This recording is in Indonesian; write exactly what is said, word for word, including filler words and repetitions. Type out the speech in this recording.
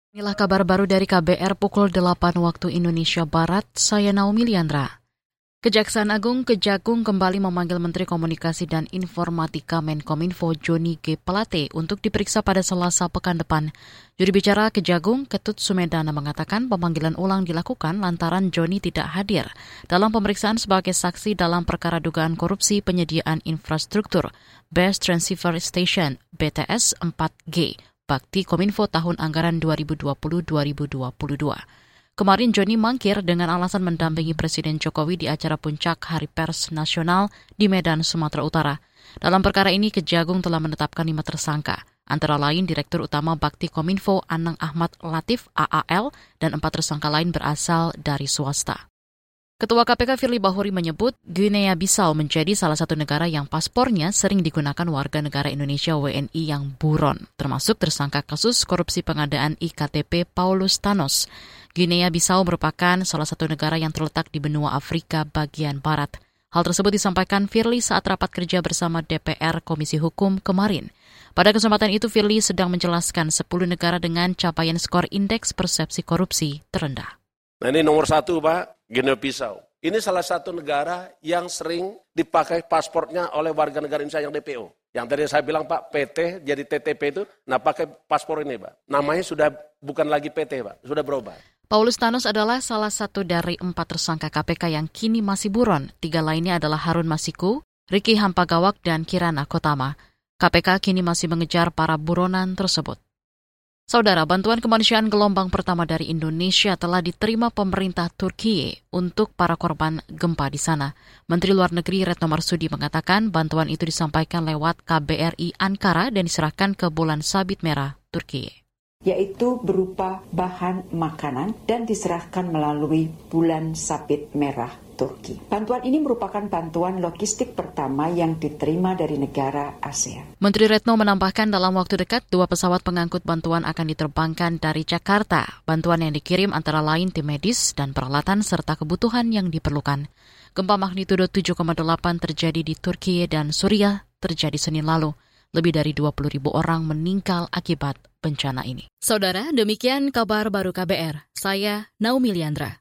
Inilah kabar baru dari K B R pukul delapan waktu Indonesia Barat, saya Naomi Liandra. Kejaksaan Agung Kejagung kembali memanggil Menteri Komunikasi dan Informatika Menkominfo Johnny G. Plate untuk diperiksa pada Selasa pekan depan. Juru bicara Kejagung, Ketut Sumedana mengatakan pemanggilan ulang dilakukan lantaran Johnny tidak hadir dalam pemeriksaan sebagai saksi dalam perkara dugaan korupsi penyediaan infrastruktur Best Transceiver Station B T S empat G. Bakti Kominfo tahun anggaran dua ribu dua puluh dua ribu dua puluh dua. Kemarin Johnny mangkir dengan alasan mendampingi Presiden Jokowi di acara puncak Hari Pers Nasional di Medan, Sumatera Utara. Dalam perkara ini, Kejagung telah menetapkan lima tersangka, antara lain Direktur Utama Bakti Kominfo Anang Ahmad Latif A A L dan empat tersangka lain berasal dari swasta. Ketua K P K Firly Bahuri menyebut Guinea Bissau menjadi salah satu negara yang paspornya sering digunakan warga negara Indonesia W N I yang buron, termasuk tersangka kasus korupsi pengadaan I K T P Paulus Thanos. Guinea Bissau merupakan salah satu negara yang terletak di benua Afrika bagian barat. Hal tersebut disampaikan Firly saat rapat kerja bersama D P R Komisi Hukum kemarin. Pada kesempatan itu Firly sedang menjelaskan sepuluh negara dengan capaian skor indeks persepsi korupsi terendah. Nah ini nomor satu Pak, Guinea Bissau. Ini salah satu negara yang sering dipakai paspornya oleh warga negara Indonesia yang D P O. Yang tadi saya bilang Pak, P T jadi T T P itu, nah pakai paspor ini Pak. Namanya sudah bukan lagi P T Pak, sudah berubah. Paulus Thanos adalah salah satu dari empat tersangka K P K yang kini masih buron. Tiga lainnya adalah Harun Masiku, Ricky Hampagawak, dan Kirana Kotama. K P K kini masih mengejar para buronan tersebut. Saudara, bantuan kemanusiaan gelombang pertama dari Indonesia telah diterima pemerintah Turki untuk para korban gempa di sana. Menteri Luar Negeri Retno Marsudi mengatakan bantuan itu disampaikan lewat K B R I Ankara dan diserahkan ke Bulan Sabit Merah Turki. Yaitu berupa bahan makanan dan diserahkan melalui Bulan Sabit Merah Turki. Bantuan ini merupakan bantuan logistik pertama yang diterima dari negara ASEAN. Menteri Retno menambahkan dalam waktu dekat dua pesawat pengangkut bantuan akan diterbangkan dari Jakarta. Bantuan yang dikirim antara lain tim medis dan peralatan serta kebutuhan yang diperlukan. Gempa magnitudo tujuh koma delapan terjadi di Turki dan Suriah terjadi Senin lalu. Lebih dari dua puluh ribu orang meninggal akibat bencana ini. Saudara, demikian kabar baru K B R. Saya Naomi Liandra.